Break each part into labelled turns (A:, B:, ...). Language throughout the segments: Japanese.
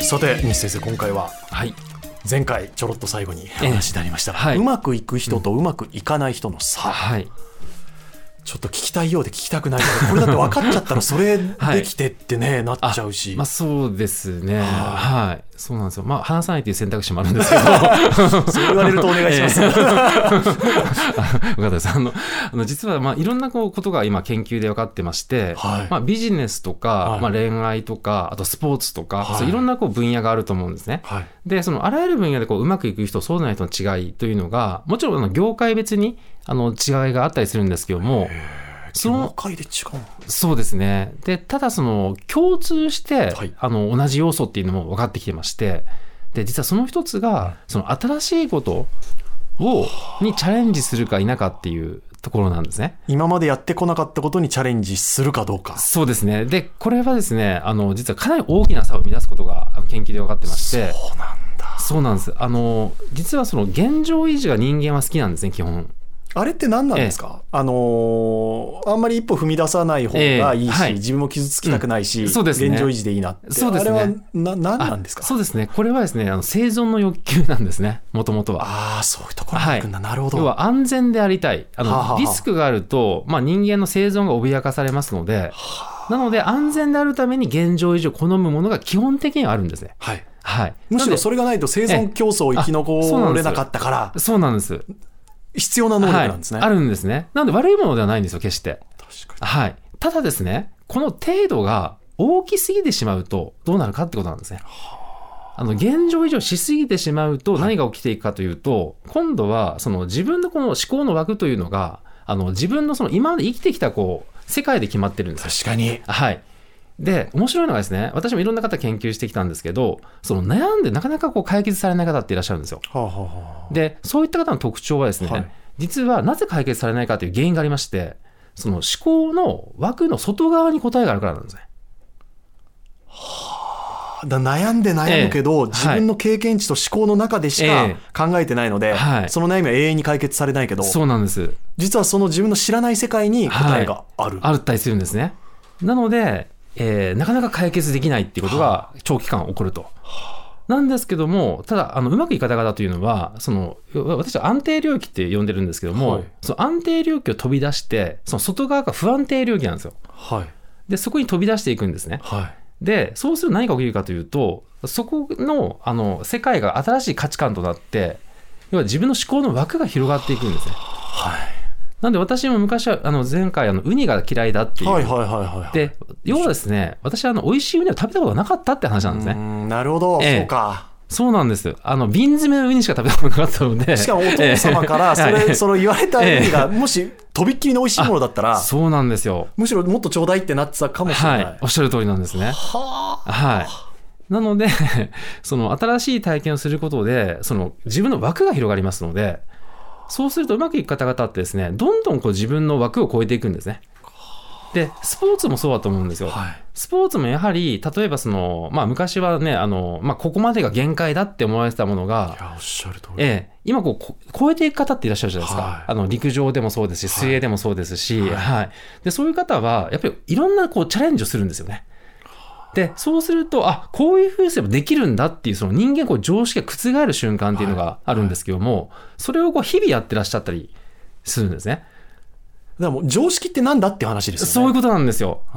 A: さて西先生、今回は
B: はい、
A: 前回ちょろっと最後に話になりましたが、うまくいく人とうまくいかない人の差、ちょっと聞きたいようで聞きたくないけど、これだって分かっちゃったらそれできてってね、なっちゃうし、
B: そうですね、そうなんですよ。話さないという選択肢もあるんですけど
A: そう言われるとお願いしますよか
B: ったです。実はいろんなことが今研究で分かってまして、ビジネスとか、恋愛とか、あとスポーツとか、そういろんな分野があると思うんですね。でそのあらゆる分野でうまくいく人、そうでない人の違いというのが、もちろん業界別に違いがあったりするんですけども、
A: 業界で違う。
B: そうですね。でただ共通して、同じ要素っていうのも分かってきてまして、で実はその一つが新しいことにチャレンジするか否かっていうところなんですね。
A: 今までやってこなかったことにチャレンジするかどうか。
B: そうですね。でこれはですね、実はかなり大きな差を生み出すことが研究で分かってまして。
A: そうなんだ。
B: そうなんです。実は現状維持が人間は好きなんですね、基本。
A: あれって何なんですか？あんまり一歩踏み出さない方がいいし、自分も傷つきたくないし、そうですね、現状維持でいいなって。そうですね。あれは何なんですか？
B: そうですね。これはですね、生存の欲求なんですね、もともとは。
A: そういうところに行くんだ。なるほど。
B: 要は安全でありたい。リスクがあると、人間の生存が脅かされますので、なので安全であるために現状維持を好むものが基本的にはあるんですね。
A: むしろそれがないと生存競争を生き残れなかったから。
B: そうなんです。
A: 必要な能力なんですね。
B: あるんですね。なので悪いものではないんですよ、決して。
A: 確かに。
B: ただですね、この程度が大きすぎてしまうとどうなるかってことなんですね。現状維持をしすぎてしまうと何が起きていくかというと、今度は自分のこの思考の枠というのが自分の今まで生きてきた世界で決まってるんですよ。
A: 確かに。
B: で面白いのがですね、私もいろんな方研究してきたんですけど、悩んでなかなか解決されない方っていらっしゃるんですよ。でそういった方の特徴はですね、実はなぜ解決されないかという原因がありまして、思考の枠の外側に答えがあるからなんですね。
A: 悩んで悩むけど、自分の経験値と思考の中でしか考えてないので、その悩みは永遠に解決されないけど、
B: そうなんです。
A: 実は自分の知らない世界に答えがある、
B: あったりするんですね。なのでなかなか解決できないっていうことが長期間起こると。なんですけども、ただうまくいき方々というのは私は安定領域って呼んでるんですけども、その安定領域を飛び出して、外側が不安定領域なんですよ。でそこに飛び出していくんですね。でそうすると何が起きるかというと、そこの世界が新しい価値観となって、要は自分の思考の枠が広がっていくんですね。なんで私も昔は前回ウニが嫌いだっていう、で要はですね、私は美味しいウニを食べたことがなかったって話なんですね。
A: なるほど、そうか。
B: そうなんです。瓶詰めのウニしか食べたことなかったので、
A: しかもお父様からその言われたウニがもしとびっきりの美味しいものだったら、
B: そうなんですよ。
A: むしろもっとちょうだいってなってたかもしれない。
B: おっしゃる通りなんですね。なので新しい体験をすることで自分の枠が広がりますので、そうするとうまくいく方々ってですね、どんどん自分の枠を超えていくんですね。でスポーツもそうだと思うんですよ。スポーツもやはり例えば昔はねここまでが限界だって思われてたものが、
A: おっしゃる通り、
B: 今超えていく方っていらっしゃるじゃないですか。陸上でもそうですし、水泳でもそうですし、でそういう方はやっぱりいろんなチャレンジをするんですよね。でそうするとこういうふうにすればできるんだっていう人間常識が覆る瞬間っていうのがあるんですけども、それを日々やってらっしゃったりするんですね。
A: だからもう常識ってなんだっていう話ですよね。
B: そういうことなんですよ。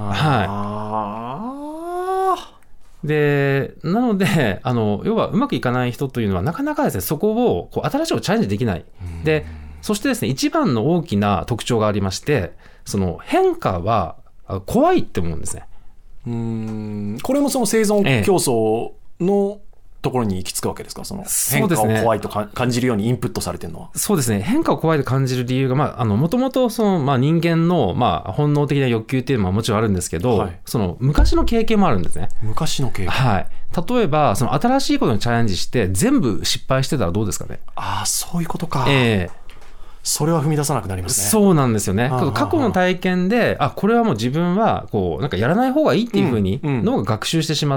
B: でなので要はうまくいかない人というのはなかなかですね、そこを新しいことチャレンジできない。でそしてですね、一番の大きな特徴がありまして、変化は怖いって思うんですね。
A: これも生存競争のところに行き着くわけですか？変化を怖いと感じるようにインプットされてるのは。そうですね。変化を怖いと感じる理由がもともと人間の本能的な欲求っていうのはもちろんあるんですけど、昔の経験もあるんですね。昔の経験。
B: 例えば新しいことにチャレンジして全部失敗してたらどうですかね。
A: そういうことか。それは踏み出さなくなりますね。
B: そうなんですよね。過去の体験でこれはもう自分はなんかやらない方がいいっていうふうに脳が学習してしまって、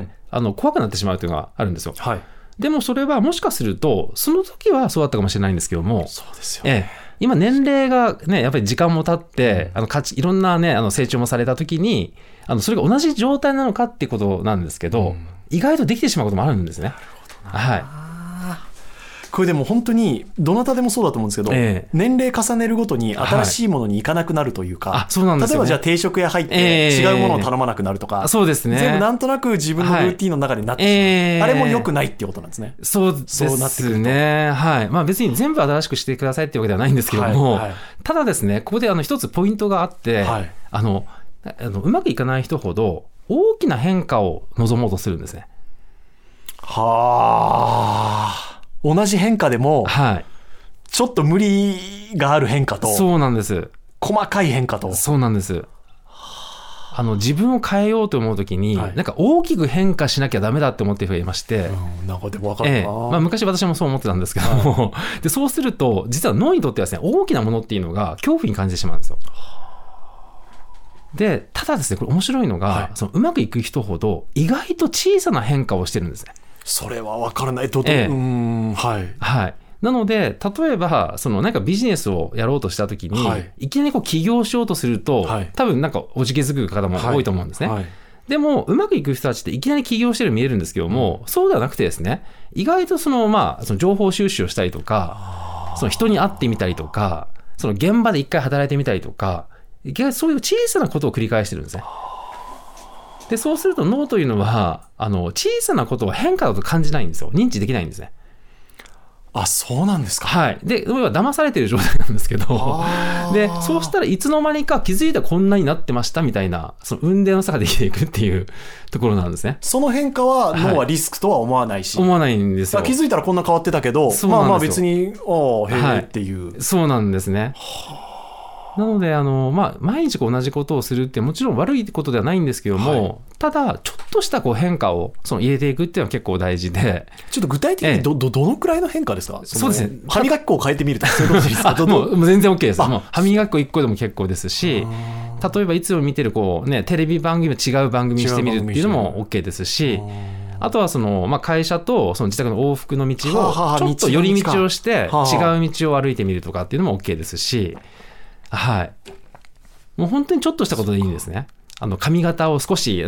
B: 怖くなってしまうというのがあるんですよ。でもそれはもしかするとその時はそうだったかもしれないんですけども、
A: そうですよね。
B: 今年齢がね、やっぱり時間も経っていろんなね成長もされた時にそれが同じ状態なのかっていうことなんですけど、 意外とできてしまうこともあるんですね。はい。
A: これでも本当にどなたでもそうだと思うんですけど、年齢重ねるごとに新しいものに行かなくなるというか、
B: そうなんですよね、
A: 例えばじゃあ定食屋入って違うものを頼まなくなるとか、
B: そうですね、
A: 全部なんとなく自分のルーティンの中でなってしまう、あれも良くないっていうことなんですね。
B: そうですね、はい。まあ、別に全部新しくしてくださいっていうわけではないんですけども、ただですね、ここで一つポイントがあって、うまくいかない人ほど大きな変化を望もうとするんですね。
A: はあ。同じ変化でも、ちょっと無理がある変化と、
B: そうなんです。
A: 細かい変化と。
B: そうなんです。自分を変えようと思うときに、なんか大きく変化しなきゃダメだって思ってる人がいまして、
A: なんかでも分かるな、
B: まあ、昔私もそう思ってたんですけども、でそうすると実は脳にとってはですね、大きなものっていうのが恐怖に感じてしまうんですよ。でただですね、これ面白いのが、そのうまくいく人ほど意外と小さな変化をしてるんですね。
A: それは分からないと、
B: なので例えばなんかビジネスをやろうとしたときに、いきなり起業しようとすると、多分なんかおじけづく方も多いと思うんですね。でもうまくいく人たちっていきなり起業してるように見えるんですけども、そうではなくてですね、意外とその情報収集をしたりとか、人に会ってみたりとか、現場で一回働いてみたりとか、意外とそういう小さなことを繰り返してるんですね。でそうすると脳というのは小さなことを変化だと感じないんですよ。認知できないんですね。
A: あ、そうなんですか。
B: はい。で要は騙されてる状態なんですけど、でそうしたらいつの間にか気づいたらこんなになってましたみたいな、運命の差ができていくっていうところなんですね。
A: その変化は脳はリスクとは思わないし、
B: 思わないんですよ。
A: 気づいたらこんな変わってたけど、まあまあ別にへえっていう、
B: そうなんですね。なので毎日同じことをするってもちろん悪いことではないんですけども、ただちょっとした変化を入れていくっていうのは結構大事で、
A: ちょっと具体的にどのくらいの変化ですか？
B: そうですね、
A: 歯磨き粉を変えてみるとかそういうことですか？
B: もう全然 OK です。もう歯磨き粉1個でも結構ですし、例えばいつも見てるテレビ番組も違う番組にしてみるっていうのも OK ですし、あとは会社と自宅の往復の道をちょっと寄り道をして違う道を歩いてみるとかっていうのも OK ですし、もう本当にちょっとしたことでいいんですね。髪型を少し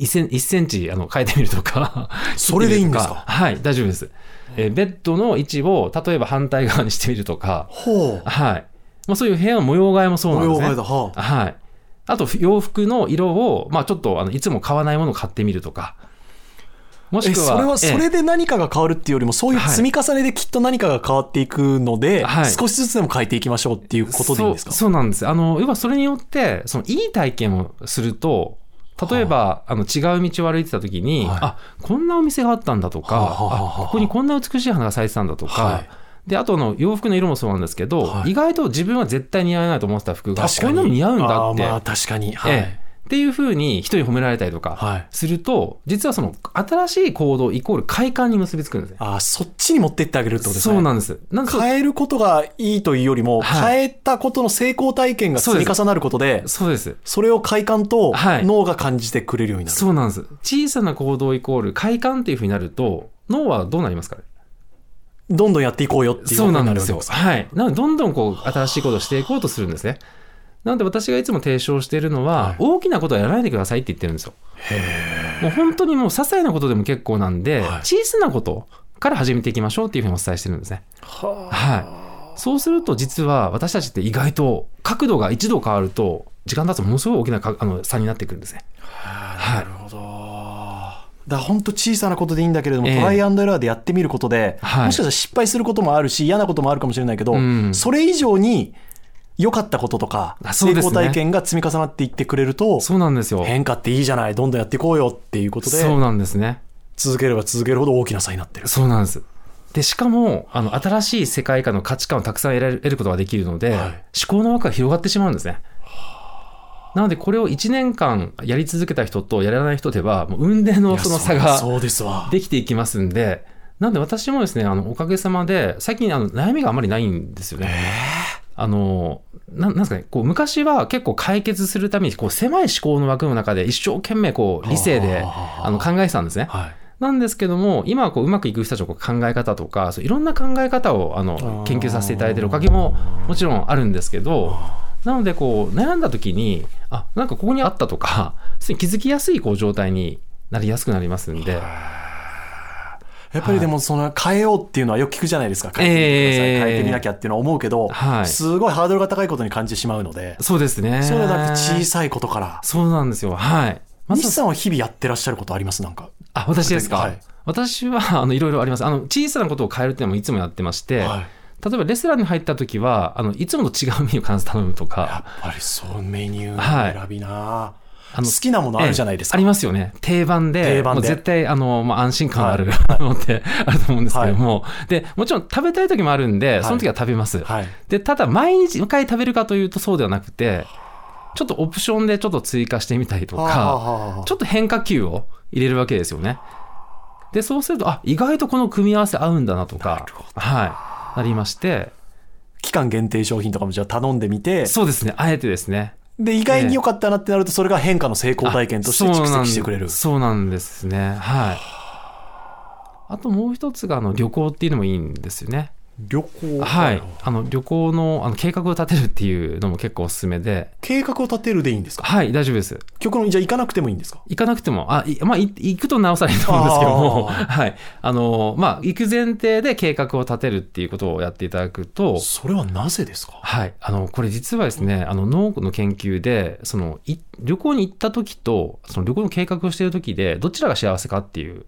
B: 1センチ変えてみるとか
A: それでいいんですか？
B: はい、大丈夫です。ベッドの位置を例えば反対側にしてみるとか、そういう部屋の模様替えもそうなんですね。あと洋服の色をちょっといつも買わないものを買ってみるとか、もしくは
A: それで何かが変わるっていうよりも、そういう積み重ねできっと何かが変わっていくので、少しずつでも変えていきましょうっていうことでいいんですか？
B: そうなんです。要はそれによっていい体験をすると、例えば違う道を歩いてた時に、こんなお店があったんだとか、ここにこんな美しい花が咲いてたんだとか、であと洋服の色もそうなんですけど、意外と自分は絶対似合わないと思ってた服がこういうのも似合うんだって、
A: 確かに、
B: っていう風に人に褒められたりとかすると、実は新しい行動イコール快感に結びつくんですね。
A: そっちに持ってってあげるってことですね。
B: そうなんです。
A: 変えることがいいというよりも、変えたことの成功体験が積み重なることで、
B: そうです。
A: それを快感と脳が感じてくれるようになる。
B: そうなんです。小さな行動イコール快感っていう風になると、脳はどうなりますかね？
A: どんどんやっていこうよっていうことになるわけです。
B: なのでどんどん新しいことをしていこうとするんですね。なので私がいつも提唱しているのは、大きなことはやらないでくださいって言ってるんですよ。もう本当にもう些細なことでも結構なんで、小さなことから始めていきましょうっていうふうにお伝えしてるんですね。そうすると実は私たちって意外と角度が1度変わると時間経つとものすごい大きな差になってくるんですね。
A: なるほど。だから本当小さなことでいいんだけれども、トライアンドエラーでやってみることで、もしかしたら失敗することもあるし嫌なこともあるかもしれないけど、それ以上に良かったこととか成功体験が積み重なっていってくれると、
B: そうなんですよ。
A: 変化っていいじゃない、どんどんやっていこうよっていうことで、
B: そうなんですね。
A: 続ければ続けるほど大きな差になってる。
B: そうなんです。でしかも新しい世界観の価値観をたくさん得ることができるので、思考の枠が広がってしまうんですね。なのでこれを1年間やり続けた人とやらない人ではもう雲泥の差ができていきますんで、なので私もですねおかげさまで最近悩みがあまりないんですよね。なんですかね、昔は結構解決するために狭い思考の枠の中で一生懸命理性で考えてたんですね。なんですけども今はうまくいく人たちの考え方とかいろんな考え方を研究させていただいているおかげももちろんあるんですけど、なので悩んだ時になんかここにあったとか気づきやすい状態になりやすくなりますんで。
A: やっぱりでもその変えようっていうのはよく聞くじゃないですか。変えてみなきゃっていうのは思うけど、すごいハードルが高いことに感じてしまうので。
B: そうですね。
A: そうじゃなくて小さいことから。
B: そうなんですよ。はい。
A: 西さんは日々やってらっしゃることありますなんか？
B: 私ですか？はい、私はいろいろあります。小さなことを変えるっていうのもいつもやってまして、はい、例えばレストランに入った時はいつもと違うメニューを必ず頼むとか。
A: やっぱりそうメニュー選びな、好きなものあるじゃないですか。
B: ありますよね。定番でもう絶対安心感あるものってあると思うんですけども、でもちろん食べたい時もあるんで、その時は食べます、でただ毎回食べるかというとそうではなくて、ちょっとオプションでちょっと追加してみたりとか、ちょっと変化球を入れるわけですよね。でそうすると意外とこの組み合わせ合うんだなとか、なりまして、
A: 期間限定商品とかもじゃあ頼んでみて。
B: そうですね、あえてですね。
A: で意外に良かったなってなると、それが変化の成功体験として蓄積してくれる。
B: そうなんですね。はい。あともう一つが旅行っていうのもいいんですよね。
A: 旅行？
B: はい。旅行の計画を立てるっていうのも結構おすすめで。
A: 計画を立てるでいいんですか？
B: はい、大丈夫です。
A: 極論じゃあ行かなくてもいいんですか？
B: 行かなくても、行くとなおさらいいと思うんですけども、はい。行く前提で計画を立てるっていうことをやっていただくと。
A: それはなぜですか？
B: はい。これ実はですね、脳の研究で、旅行に行った時と、その旅行の計画をしている時で、どちらが幸せかっていう。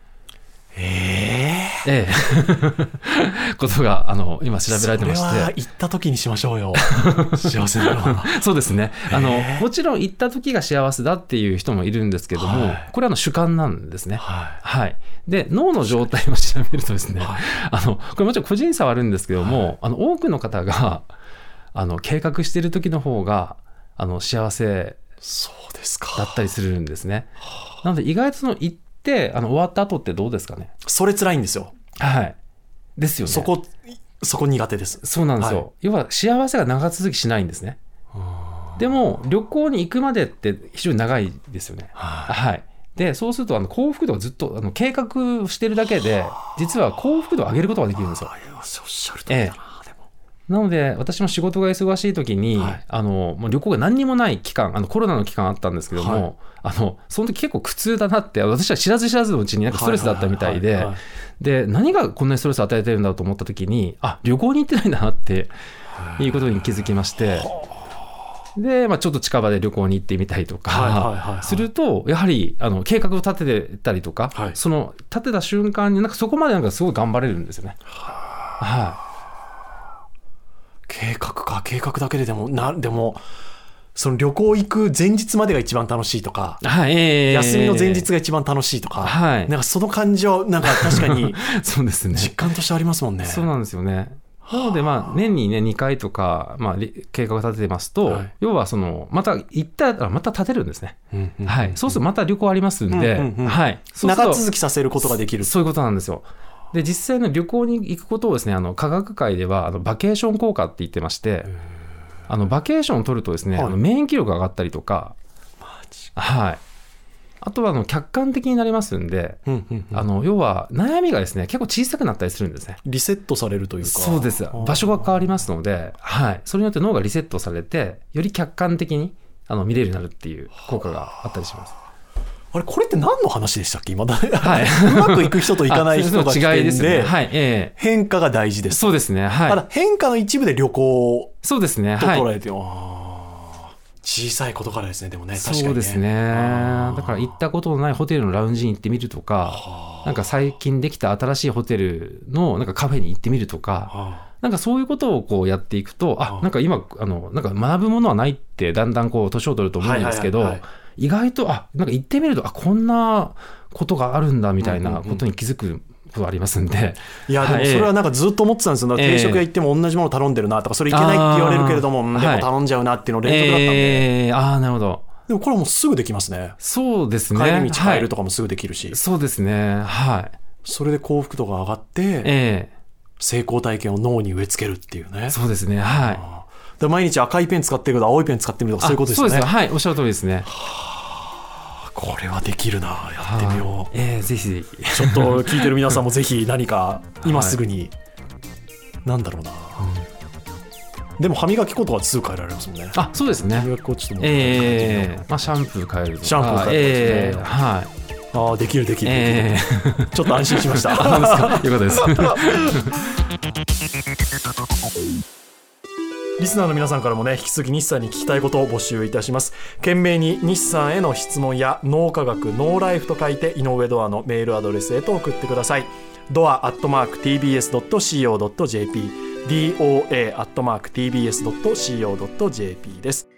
B: ことが今調べられてまして。
A: それは行った時にしましょうよ。幸せだな。
B: そうですね。もちろん行った時が幸せだっていう人もいるんですけども、これは主観なんですね。はい。で脳の状態を調べるとですね、これもちろん個人差はあるんですけども、多くの方が計画している時の方が幸せだったりするんですね。なので意外と行って終わった後ってどうですかね？
A: それ辛いんですよ。
B: はい。ですよね。
A: そこ苦手です。
B: そうなんですよ。要は幸せが長続きしないんですね。でも旅行に行くまでって非常に長いですよね。はい。でそうすると幸福度がずっと計画してるだけで、実は幸福度を上げることができるんですよ。
A: おっしゃるとおりだな。
B: なので私も仕事が忙しい時に、もう旅行が何にもない期間、コロナの期間あったんですけども、その時結構苦痛だなって、私は知らず知らずのうちになんかストレスだったみたいで、で何がこんなにストレスを与えてるんだろうと思った時に、旅行に行ってないんだなっていうことに気づきまして、で、ちょっと近場で旅行に行ってみたりとかすると、やはり計画を立ててたりとか、その立てた瞬間にそこまですごい頑張れるんですよね。
A: 計画だけででもその旅行行く前日までが一番楽しいとか、休みの前日が一番楽しいとか、なんかその感じはなんか確かに
B: そうですね、
A: 実感としてありますもんね。
B: そうなんですよね。なので年にね2回とか計画を立ててますと、要はまた行ったらまた立てるんですね。そうするとまた旅行ありますんで、
A: 長続きさせることができる。
B: そういうことなんですよ。で実際の旅行に行くことをですね、科学界ではバケーション効果って言ってまして、バケーションを取るとですね、免疫力が上がったりとか、あとは客観的になりますんで、要は悩みがですね結構小さくなったりするんですね。
A: リセットされるというか。
B: そうです。場所が変わりますので、それによって脳がリセットされて、より客観的に見れるようになるっていう効果があったりします。
A: あれこれって何の話でしたっけ今だ、うまくいく人といかない人が起点で、変化が大事です。
B: そうですね。
A: ただ変化の一部で旅行
B: そうですね。
A: と捉えて、小さいことからですね。でもね、確かにね。
B: そうですね。だから行ったことのないホテルのラウンジに行ってみるとか、なんか最近できた新しいホテルのなんかカフェに行ってみるとか、なんかそういうことをこうやっていくと、なんか今なんか学ぶものはないってだんだんこう年を取ると思うんですけど、意外となんか行ってみるとこんなことがあるんだみたいなことに気づくことありますんで、
A: いやでもそれはなんかずっと思ってたんですよ。定食屋行っても同じもの頼んでるなとか、それいけないって言われるけれども、でも頼んじゃうなっていうの連続だったんで、
B: なるほど。
A: でもこれはもうすぐできますね。
B: そうですね。
A: 帰り道変えるとかもすぐできるし、
B: そうですね。
A: それで幸福度が上がって、成功体験を脳に植え付けるっていうね。
B: そうですね。
A: で毎日赤いペン使ってるけど青いペン使ってみるとか、そういうことですね。
B: そうです。おっしゃる通りですね。
A: これはできるな、やってみよう。
B: ぜひぜひ。
A: ちょっと聞いてる皆さんもぜひ何か今すぐに、なんだろうな、でも歯磨き粉とかすぐ変えられますもんね。
B: そうですね。
A: 歯磨き粉ちょっと
B: シャンプー変えるとか。
A: シャンプー変えるとか、 ああ、できる、ちょっと安心しました
B: よかったです
A: リスナーの皆さんからもね、引き続き日産に聞きたいことを募集いたします。懸命に日産への質問や脳科学ノーライフと書いて井上ドアのメールアドレスへと送ってください。doa@tbs.co.jp doa@tbs.co.jp です。